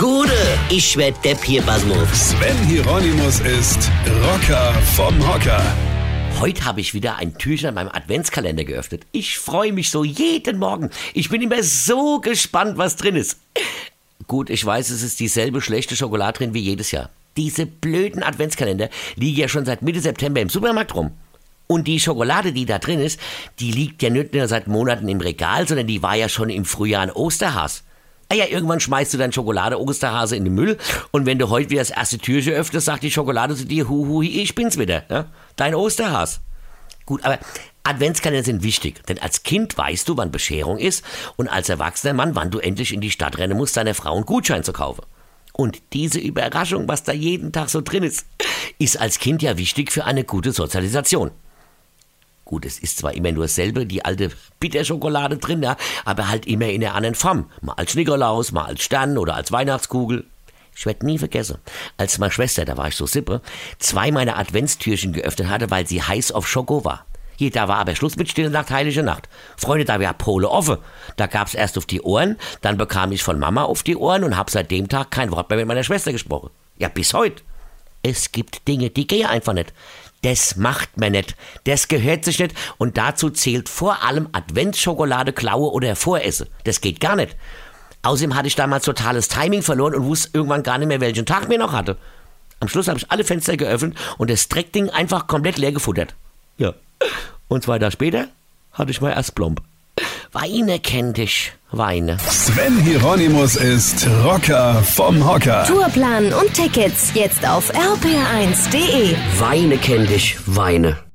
Gude, ich werd Depp hier, Basmus. Sven Hieronymus ist Rocker vom Hocker. Heute habe ich wieder ein Türchen an meinem Adventskalender geöffnet. Ich freue mich so jeden Morgen. Ich bin immer so gespannt, was drin ist. Gut, ich weiß, es ist dieselbe schlechte Schokolade drin wie jedes Jahr. Diese blöden Adventskalender liegen ja schon seit Mitte September im Supermarkt rum. Und die Schokolade, die da drin ist, die liegt ja nicht nur seit Monaten im Regal, sondern die war ja schon im Frühjahr ein Osterhas. Ah ja, irgendwann schmeißt du dein Schokolade-Osterhase in den Müll und wenn du heute wieder das erste Türchen öffnest, sagt die Schokolade zu dir, huhu, ich bin's wieder, ja? Dein Osterhas. Gut, aber Adventskalender sind wichtig, denn als Kind weißt du, wann Bescherung ist und als erwachsener Mann, wann du endlich in die Stadt rennen musst, deiner Frau einen Gutschein zu kaufen. Und diese Überraschung, was da jeden Tag so drin ist als Kind ja wichtig für eine gute Sozialisation. Gut, es ist zwar immer nur dasselbe, die alte Bitterschokolade drin, ja, aber halt immer in einer anderen Form. Mal als Nikolaus, mal als Stern oder als Weihnachtskugel. Ich werde nie vergessen, als meine Schwester, da war ich so sippe, 2 meiner Adventstürchen geöffnet hatte, weil sie heiß auf Schoko war. Hier, da war aber Schluss mit Stille Nacht, Heilige Nacht. Freunde, da war Pole offen. Da gab's erst auf die Ohren, dann bekam ich von Mama auf die Ohren und habe seit dem Tag kein Wort mehr mit meiner Schwester gesprochen. Ja, bis heute. Es gibt Dinge, die gehen einfach nicht. Das macht man nicht. Das gehört sich nicht. Und dazu zählt vor allem Adventsschokolade klaue oder voresse. Das geht gar nicht. Außerdem hatte ich damals totales Timing verloren und wusste irgendwann gar nicht mehr, welchen Tag mir noch hatte. Am Schluss habe ich alle Fenster geöffnet und das Dreckding einfach komplett leer gefuttert. Ja. Und 2 Tage später hatte ich mal erst Plomb. Weine kennt dich, Weine. Sven Hieronymus ist Rocker vom Hocker. Tourplan und Tickets jetzt auf rpr1.de. Weine kennt dich, Weine.